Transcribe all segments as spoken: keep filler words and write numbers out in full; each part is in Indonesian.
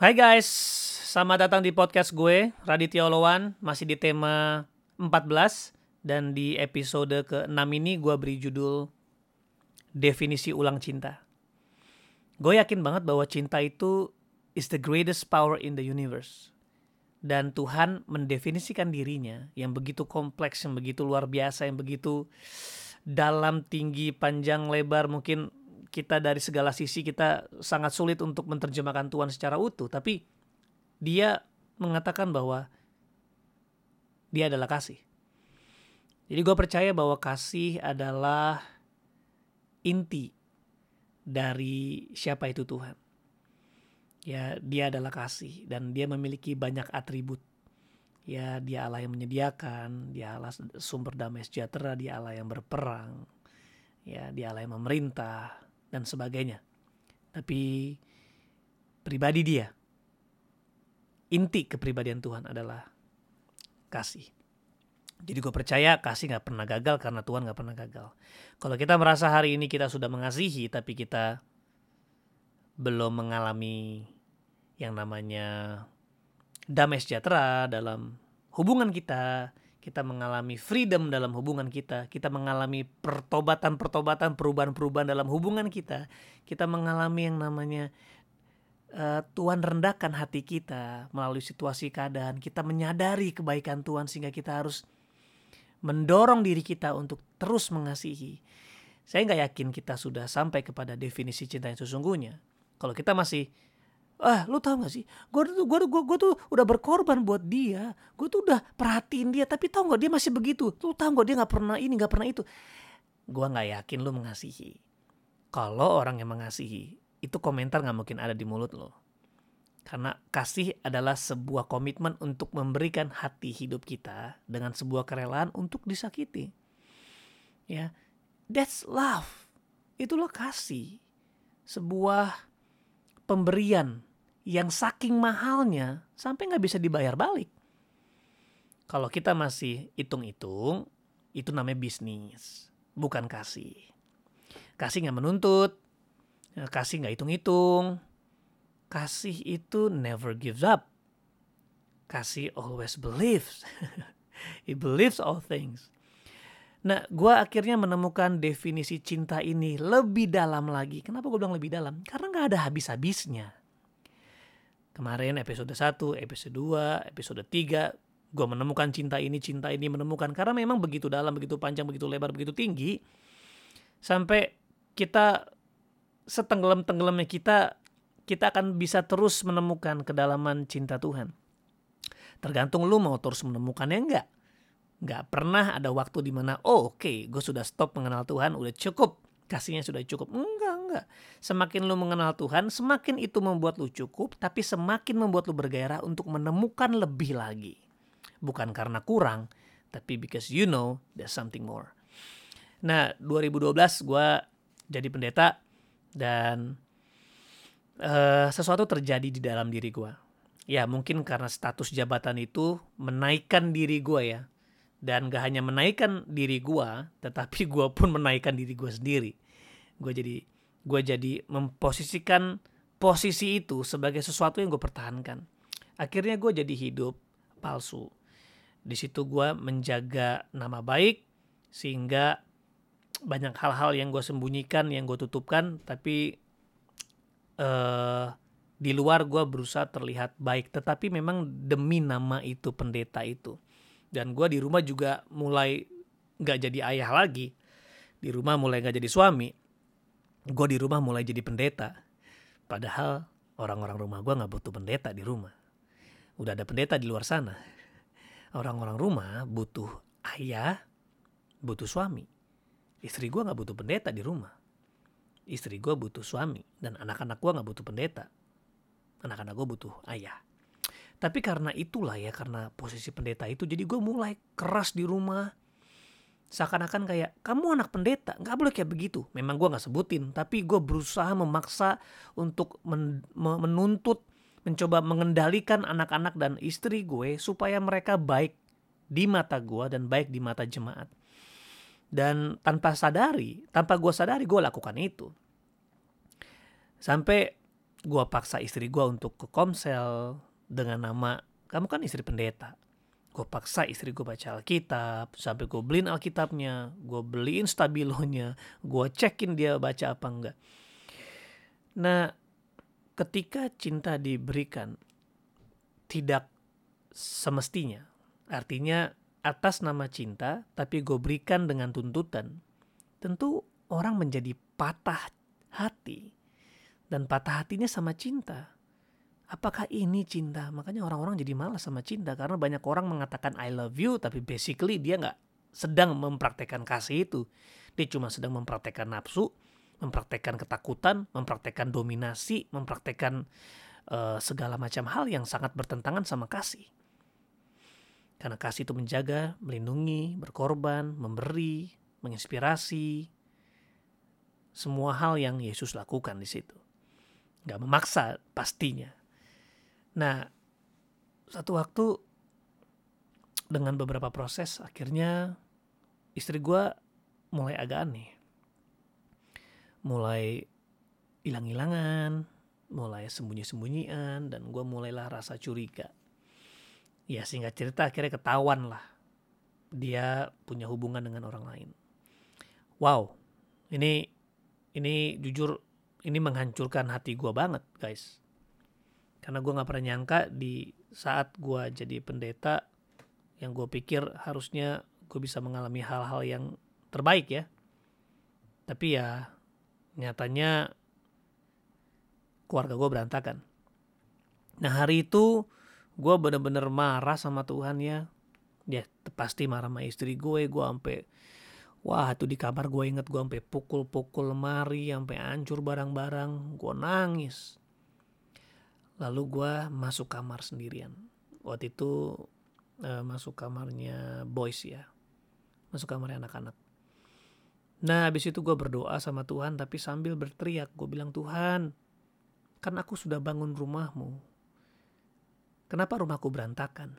Hai guys, selamat datang di podcast gue, Raditya Olowan, masih di tema empat belas. Dan di episode keenam ini gue beri judul Definisi Ulang Cinta. Gue yakin banget bahwa cinta itu is the greatest power in the universe. Dan Tuhan mendefinisikan dirinya yang begitu kompleks, yang begitu luar biasa, yang begitu dalam, tinggi, panjang, lebar. Mungkin kita dari segala sisi kita sangat sulit untuk menerjemahkan Tuhan secara utuh. Tapi dia mengatakan bahwa dia adalah kasih. Jadi gue percaya bahwa kasih adalah inti dari siapa itu Tuhan. Ya, dia adalah kasih dan dia memiliki banyak atribut. Ya, dia Allah yang menyediakan, dia Allah sumber damai sejahtera, dia Allah yang berperang. Ya, dia Allah yang memerintah dan sebagainya. Tapi pribadi dia, inti kepribadian Tuhan adalah kasih. Jadi gue percaya kasih gak pernah gagal karena Tuhan gak pernah gagal. Kalau kita merasa hari ini kita sudah mengasihi tapi kita belum mengalami yang namanya damai sejahtera dalam hubungan kita, kita mengalami freedom dalam hubungan kita, kita mengalami pertobatan-pertobatan, perubahan-perubahan dalam hubungan kita, kita mengalami yang namanya uh, Tuhan rendahkan hati kita melalui situasi keadaan, kita menyadari kebaikan Tuhan sehingga kita harus mendorong diri kita untuk terus mengasihi. Saya gak yakin kita sudah sampai kepada definisi cinta yang sesungguhnya. Kalau kita masih, ah lu tahu gak sih, gue tuh, gue, gue, gue tuh udah berkorban buat dia, gue tuh udah perhatiin dia, tapi tahu gak dia masih begitu, lu tahu gak dia gak pernah ini, gak pernah itu. Gue gak yakin lu mengasihi. Kalau orang yang mengasihi, itu komentar gak mungkin ada di mulut lo. Karena kasih adalah sebuah komitmen untuk memberikan hati hidup kita dengan sebuah kerelaan untuk disakiti. Ya, that's love. Itulah kasih. Sebuah pemberian yang saking mahalnya sampai gak bisa dibayar balik. Kalau kita masih hitung-hitung, itu namanya bisnis, bukan kasih. Kasih gak menuntut, kasih gak hitung-hitung. Kasih itu never gives up. Kasih always believes. He believes all things. Nah, gue akhirnya menemukan definisi cinta ini lebih dalam lagi. Kenapa gue bilang lebih dalam? Karena gak ada habis-habisnya. Kemarin episode satu, episode dua, episode tiga, gue menemukan cinta ini, cinta ini, menemukan. Karena memang begitu dalam, begitu panjang, begitu lebar, begitu tinggi. Sampai kita setenggelam-tenggelamnya kita, kita akan bisa terus menemukan kedalaman cinta Tuhan. Tergantung lu mau terus menemukannya enggak. Enggak pernah ada waktu di mana, oh oke, okay, gue sudah stop mengenal Tuhan, udah cukup, kasihnya sudah cukup. Enggak, enggak. Semakin lu mengenal Tuhan, semakin itu membuat lu cukup, tapi semakin membuat lu bergairah untuk menemukan lebih lagi. Bukan karena kurang, tapi because you know there's something more. Nah, dua ribu dua belas gue jadi pendeta dan Uh, sesuatu terjadi di dalam diri gue. Ya mungkin karena status jabatan itu menaikkan diri gue ya. Dan gak hanya menaikkan diri gue, tetapi gue pun menaikkan diri gue sendiri. Gue jadi gue jadi memposisikan posisi itu sebagai sesuatu yang gue pertahankan. Akhirnya gue jadi hidup palsu. Di situ gue menjaga nama baik sehingga banyak hal-hal yang gue sembunyikan, yang gue tutupkan, tapi Uh, di luar gue berusaha terlihat baik, tetapi memang demi nama itu, pendeta itu. Dan gue di rumah juga mulai gak jadi ayah lagi. Di rumah mulai gak jadi suami. Gue di rumah mulai jadi pendeta. Padahal orang-orang rumah gue gak butuh pendeta di rumah. Udah ada pendeta di luar sana. Orang-orang rumah butuh ayah, butuh suami. Istri gue gak butuh pendeta di rumah. Istri gue butuh suami. Dan anak-anak gue gak butuh pendeta. Anak-anak gue butuh ayah. Tapi karena itulah ya, karena posisi pendeta itu, jadi gue mulai keras di rumah. Seakan-akan kayak, kamu anak pendeta, gak boleh kayak begitu. Memang gue gak sebutin, tapi gue berusaha memaksa untuk men- menuntut, mencoba mengendalikan anak-anak dan istri gue supaya mereka baik di mata gue dan baik di mata jemaat. Dan tanpa sadari, tanpa gue sadari gue lakukan itu. Sampai gue paksa istri gue untuk ke komsel dengan nama, kamu kan istri pendeta. Gue paksa istri gue baca Alkitab, sampai gue beliin Alkitabnya, gue beliin stabilonya, gue cekin dia baca apa enggak. Nah, ketika cinta diberikan tidak semestinya, artinya atas nama cinta, tapi gue berikan dengan tuntutan, tentu orang menjadi patah hati. Dan patah hatinya sama cinta. Apakah ini cinta? Makanya orang-orang jadi malas sama cinta. Karena banyak orang mengatakan I love you, tapi basically dia gak sedang mempraktekkan kasih itu. Dia cuma sedang mempraktekkan nafsu, mempraktekkan ketakutan, mempraktekkan dominasi, mempraktekkan uh, segala macam hal yang sangat bertentangan sama kasih. Karena kasih itu menjaga, melindungi, berkorban, memberi, menginspirasi. Semua hal yang Yesus lakukan di situ. Gak memaksa pastinya. Nah, satu waktu dengan beberapa proses akhirnya istri gue mulai agak aneh. Mulai hilang-hilangan, mulai sembunyi-sembunyian, dan gue mulailah rasa curiga. Ya singkat cerita akhirnya ketahuan lah dia punya hubungan dengan orang lain. Wow, ini ini jujur ini menghancurkan hati gue banget guys. Karena gue gak pernah nyangka di saat gue jadi pendeta yang gue pikir harusnya gue bisa mengalami hal-hal yang terbaik ya. Tapi ya nyatanya keluarga gue berantakan. Nah hari itu gue bener-bener marah sama Tuhan ya. Ya pasti marah sama istri gue. Gue sampai wah itu di kamar gue inget gue sampai pukul-pukul lemari, sampai hancur barang-barang. Gue nangis. Lalu gue masuk kamar sendirian. Waktu itu uh, masuk kamarnya boys ya. Masuk kamarnya anak-anak. Nah habis itu gue berdoa sama Tuhan. Tapi sambil berteriak gue bilang, Tuhan kan aku sudah bangun rumahmu. Kenapa rumahku berantakan?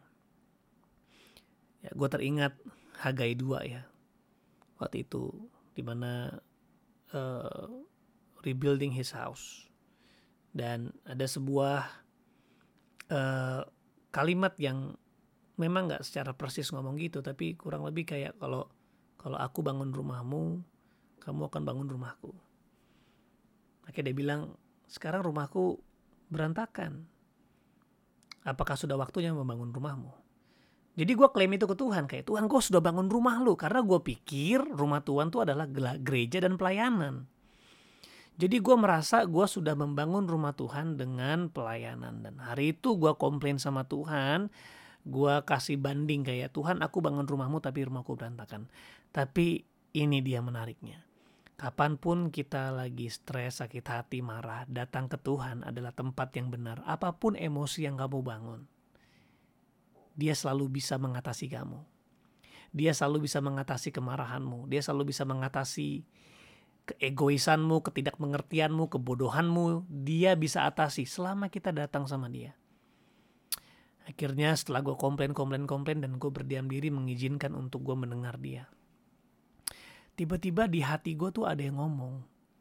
Ya gue teringat Hagai dua ya. Waktu itu dimana uh, rebuilding his house. Dan ada sebuah uh, kalimat yang memang gak secara persis ngomong gitu. Tapi kurang lebih kayak kalau kalau aku bangun rumahmu, kamu akan bangun rumahku. Akhirnya dia bilang, sekarang rumahku berantakan. Apakah sudah waktunya membangun rumahmu? Jadi gue klaim itu ke Tuhan. Kayak Tuhan gue sudah bangun rumah lu. Karena gue pikir rumah Tuhan itu adalah gereja dan pelayanan. Jadi gue merasa gue sudah membangun rumah Tuhan dengan pelayanan. Dan hari itu gue komplain sama Tuhan. Gue kasih banding kayak Tuhan aku bangun rumahmu tapi rumahku berantakan. Tapi ini dia menariknya. Kapanpun kita lagi stres, sakit hati, marah, datang ke Tuhan adalah tempat yang benar. Apapun emosi yang kamu bangun. Dia selalu bisa mengatasi kamu. Dia selalu bisa mengatasi kemarahanmu. Dia selalu bisa mengatasi keegoisanmu, ketidakmengertianmu, kebodohanmu. Dia bisa atasi selama kita datang sama dia. Akhirnya setelah gue komplain-komplain-komplain dan gue berdiam diri mengizinkan untuk gue mendengar dia. Tiba-tiba di hati gue tuh ada yang ngomong.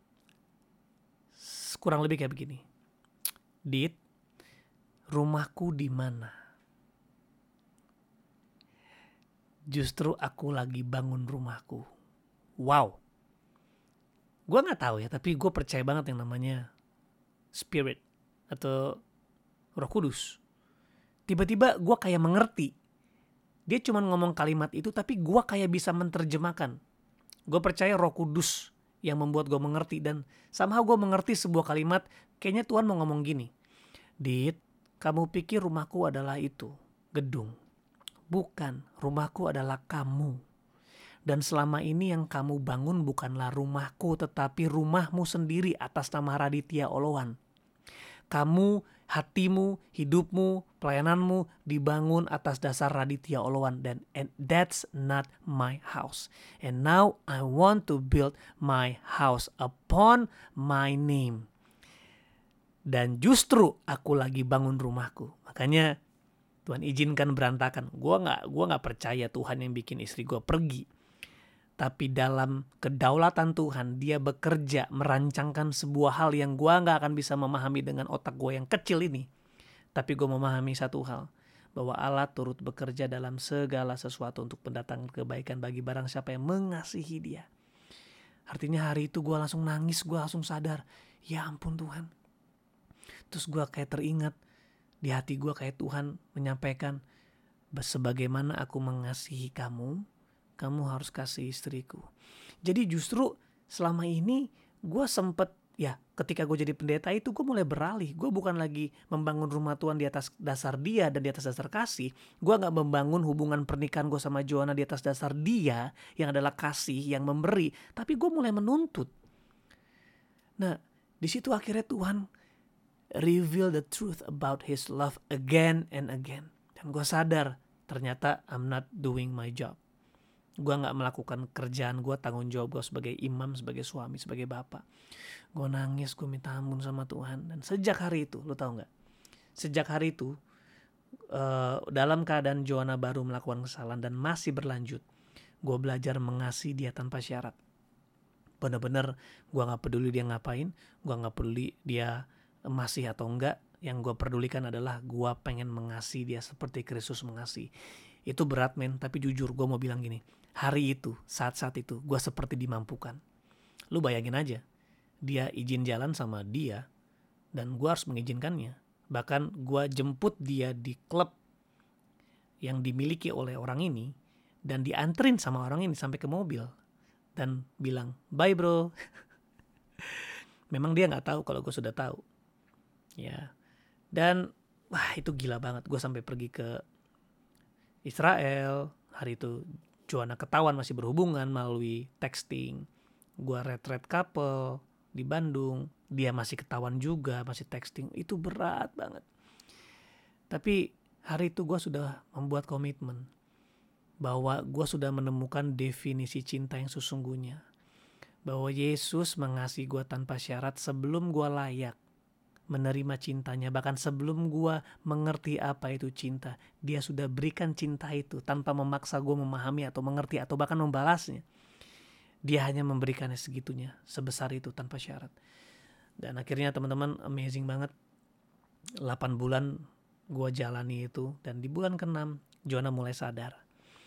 Kurang lebih kayak begini. Dit, rumahku di mana? Justru aku lagi bangun rumahku. Wow. Gue gak tahu ya, tapi gue percaya banget yang namanya Spirit atau Roh Kudus. Tiba-tiba gue kayak mengerti. Dia cuma ngomong kalimat itu, tapi gue kayak bisa menerjemahkan. Gue percaya Roh Kudus yang membuat gue mengerti. Dan somehow gue mengerti sebuah kalimat, kayaknya Tuhan mau ngomong gini. Dit, kamu pikir rumahku adalah itu, gedung. Bukan, rumahku adalah kamu. Dan selama ini yang kamu bangun bukanlah rumahku, tetapi rumahmu sendiri atas nama Raditya Olowan. Kamu, hatimu, hidupmu, pelayananmu dibangun atas dasar Raditya Olowan. Dan and that's not my house. And now I want to build my house upon my name. Dan justru aku lagi bangun rumahku. Makanya Tuhan izinkan berantakan. Gue gak, gue gak percaya Tuhan yang bikin istri gue pergi. Tapi dalam kedaulatan Tuhan, dia bekerja merancangkan sebuah hal yang gue gak akan bisa memahami dengan otak gue yang kecil ini. Tapi gue memahami satu hal, bahwa Allah turut bekerja dalam segala sesuatu untuk mendatangkan kebaikan bagi barang siapa yang mengasihi dia. Artinya hari itu gue langsung nangis, gue langsung sadar, ya ampun Tuhan. Terus gue kayak teringat, di hati gue kayak Tuhan menyampaikan, sebagaimana aku mengasihi kamu, kamu harus kasih istriku. Jadi justru selama ini gue sempet, ya ketika gue jadi pendeta itu gue mulai beralih. Gue bukan lagi membangun rumah Tuhan di atas dasar dia dan di atas dasar kasih. Gue gak membangun hubungan pernikahan gue sama Joanna di atas dasar dia yang adalah kasih, yang memberi. Tapi gue mulai menuntut. Nah di situ akhirnya Tuhan reveal the truth about his love again and again. Dan gue sadar ternyata I'm not doing my job. Gue gak melakukan kerjaan gue, tanggung jawab gue sebagai imam, sebagai suami, sebagai bapak. Gue nangis, gue minta ampun sama Tuhan. Dan sejak hari itu, lo tau gak? Sejak hari itu, uh, dalam keadaan Joanna baru melakukan kesalahan dan masih berlanjut, gue belajar mengasihi dia tanpa syarat. Bener-bener gue gak peduli dia ngapain, gue gak peduli dia masih atau enggak. Yang gue pedulikan adalah gue pengen mengasihi dia seperti Kristus mengasihi. Itu berat men, tapi jujur gue mau bilang gini, hari itu, saat-saat itu gue seperti dimampukan. Lu bayangin aja, dia izin jalan sama dia dan gue harus mengizinkannya. Bahkan gue jemput dia di klub yang dimiliki oleh orang ini dan dianterin sama orang ini sampai ke mobil dan bilang bye bro. Memang dia gak tahu kalau gue sudah tahu. Ya. Dan wah itu gila banget, gue sampai pergi ke Israel. Hari itu Joanna ketahuan masih berhubungan melalui texting. Gua retret couple di Bandung, dia masih ketahuan juga, masih texting. Itu berat banget. Tapi hari itu gua sudah membuat komitmen bahwa gua sudah menemukan definisi cinta yang sesungguhnya. Bahwa Yesus mengasihi gua tanpa syarat sebelum gua layak menerima cintanya. Bahkan sebelum gue mengerti apa itu cinta, dia sudah berikan cinta itu tanpa memaksa gue memahami atau mengerti atau bahkan membalasnya. Dia hanya memberikannya segitunya, sebesar itu tanpa syarat. Dan akhirnya teman-teman, amazing banget, delapan bulan gue jalani itu. Dan di bulan keenam Joanna mulai sadar.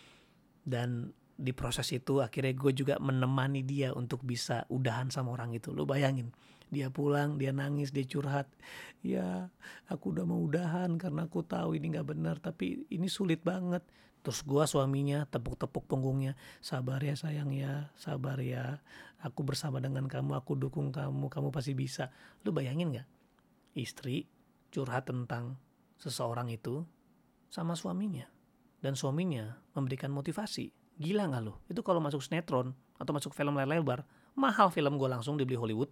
Dan di proses itu akhirnya gue juga menemani dia untuk bisa udahan sama orang itu. Lo bayangin, dia pulang, dia nangis, dia curhat. Ya aku udah mau udahan karena aku tahu ini gak benar, tapi ini sulit banget. Terus gue suaminya tepuk-tepuk punggungnya. Sabar ya sayang ya, sabar ya. Aku bersama dengan kamu, aku dukung kamu, kamu pasti bisa. Lo bayangin gak? Istri curhat tentang seseorang itu sama suaminya. Dan suaminya memberikan motivasi. Gila gak lo? Itu kalau masuk sinetron atau masuk film layar lebar, mahal film gue langsung dibeli Hollywood.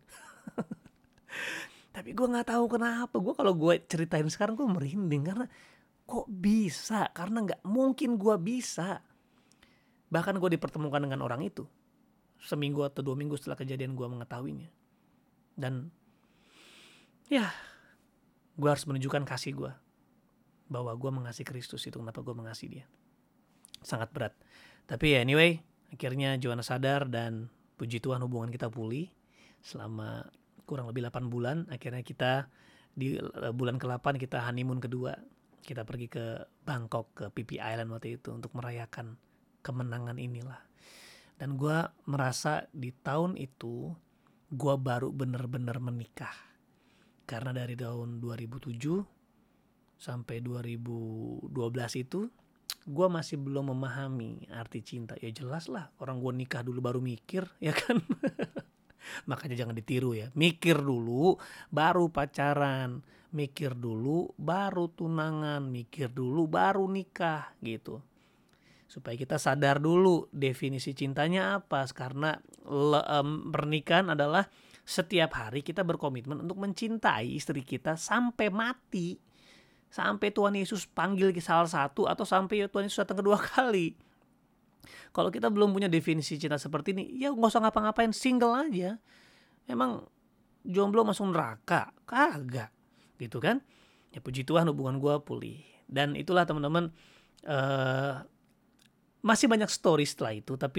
Tapi gue gak tahu kenapa. Gue kalau gue ceritain sekarang gue merinding. Karena kok bisa? Karena gak mungkin gue bisa. Bahkan gue dipertemukan dengan orang itu seminggu atau dua minggu setelah kejadian gue mengetahuinya. Dan ya, gue harus menunjukkan kasih gue, bahwa gue mengasihi Kristus. Itu kenapa gue mengasihi dia. Sangat berat. Tapi ya anyway, akhirnya Joanna sadar dan puji Tuhan hubungan kita pulih selama kurang lebih delapan bulan. Akhirnya kita di bulan ke delapan kita honeymoon kedua. Kita pergi ke Bangkok, ke Phi Phi Island waktu itu untuk merayakan kemenangan inilah. Dan gue merasa di tahun itu gue baru benar-benar menikah. Karena dari tahun dua ribu tujuh sampai dua ribu dua belas itu gue masih belum memahami arti cinta. Ya jelas lah, orang gue nikah dulu baru mikir, ya kan. Makanya jangan ditiru ya. Mikir dulu baru pacaran, mikir dulu baru tunangan, mikir dulu baru nikah gitu. Supaya kita sadar dulu definisi cintanya apa. Karena um, pernikahan adalah setiap hari kita berkomitmen untuk mencintai istri kita sampai mati. Sampai Tuhan Yesus panggil salah satu, atau sampai Tuhan Yesus datang kedua kali. Kalau kita belum punya definisi cinta seperti ini, ya gak usah ngapa-ngapain, single aja. Emang jomblo masuk neraka? Kagak, gitu kan. Ya puji Tuhan hubungan gue pulih. Dan itulah teman-teman, uh, masih banyak story setelah itu. Tapi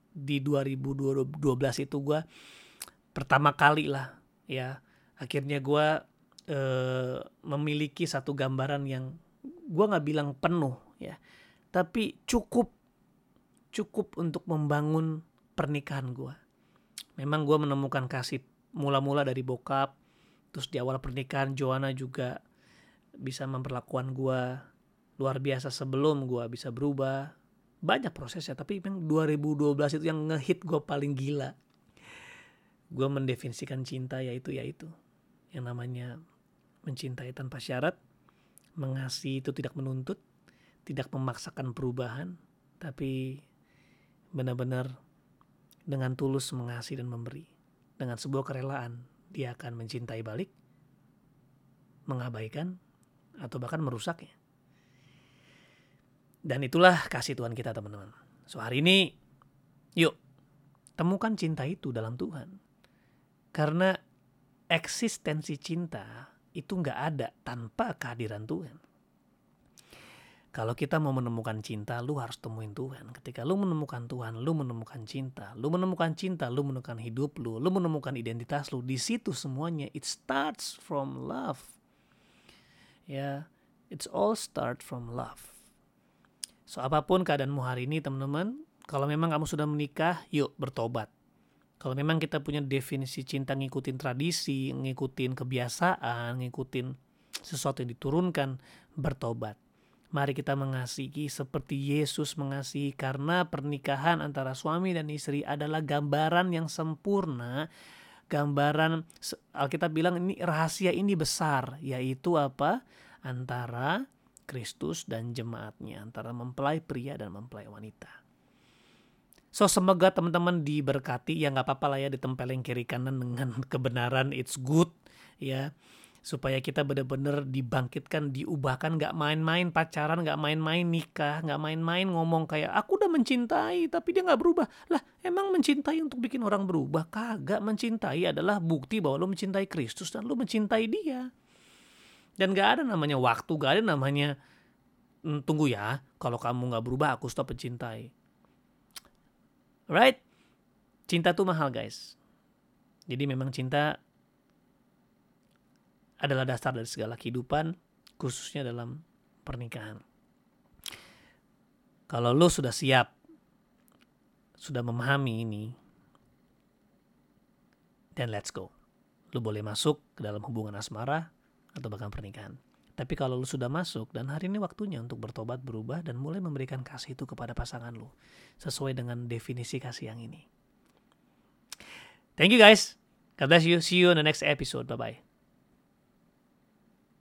di dua ribu dua belas itu gue pertama kali lah ya, akhirnya gue eh, memiliki satu gambaran yang gue nggak bilang penuh ya, tapi cukup cukup untuk membangun pernikahan gue. Memang gue menemukan kasih mula-mula dari bokap, terus di awal pernikahan Joanna juga bisa memperlakukan gue luar biasa sebelum gue bisa berubah. Banyak prosesnya, tapi memang dua ribu dua belas itu yang ngehit gue paling gila. Gue mendefinisikan cinta yaitu yaitu yang namanya mencintai tanpa syarat, mengasihi itu tidak menuntut, tidak memaksakan perubahan, tapi benar-benar dengan tulus mengasihi dan memberi. Dengan sebuah kerelaan, dia akan mencintai balik, mengabaikan, atau bahkan merusaknya. Dan itulah kasih Tuhan kita, teman-teman. So hari ini, yuk temukan cinta itu dalam Tuhan. Karena eksistensi cinta itu gak ada tanpa kehadiran Tuhan. Kalau kita mau menemukan cinta, lu harus temuin Tuhan. Ketika lu menemukan Tuhan, lu menemukan cinta. Lu menemukan cinta, lu menemukan hidup lu. Lu menemukan identitas lu. Di situ semuanya, it starts from love. Ya, yeah, it's all start from love. So apapun keadaanmu hari ini, teman-teman, kalau memang kamu sudah menikah, yuk bertobat. Kalau memang kita punya definisi cinta ngikutin tradisi, ngikutin kebiasaan, ngikutin sesuatu yang diturunkan, bertobat. Mari kita mengasihi seperti Yesus mengasihi, karena pernikahan antara suami dan istri adalah gambaran yang sempurna. Gambaran, Alkitab bilang ini rahasia ini besar, yaitu apa? Antara Kristus dan jemaatnya, antara mempelai pria dan mempelai wanita. So semoga teman-teman diberkati, ya gak apa-apa lah ya ditempelin kiri kanan dengan kebenaran, it's good ya. Supaya kita benar-benar dibangkitkan, diubahkan, gak main-main pacaran, gak main-main nikah, gak main-main ngomong kayak aku udah mencintai tapi dia gak berubah. Lah emang mencintai untuk bikin orang berubah? Kagak. Mencintai adalah bukti bahwa lu mencintai Kristus dan lu mencintai dia. Dan gak ada namanya waktu, gak ada namanya tunggu ya, kalau kamu gak berubah aku stop mencintai. Right? Cinta tuh mahal guys. Jadi memang cinta adalah dasar dari segala kehidupan, khususnya dalam pernikahan. Kalau lo sudah siap, sudah memahami ini, then let's go. Lo boleh masuk ke dalam hubungan asmara atau bahkan pernikahan. Tapi kalau lu sudah masuk dan hari ini waktunya untuk bertobat, berubah, dan mulai memberikan kasih itu kepada pasangan lu sesuai dengan definisi kasih yang ini. Thank you guys. God bless you. See you in the next episode. Bye-bye.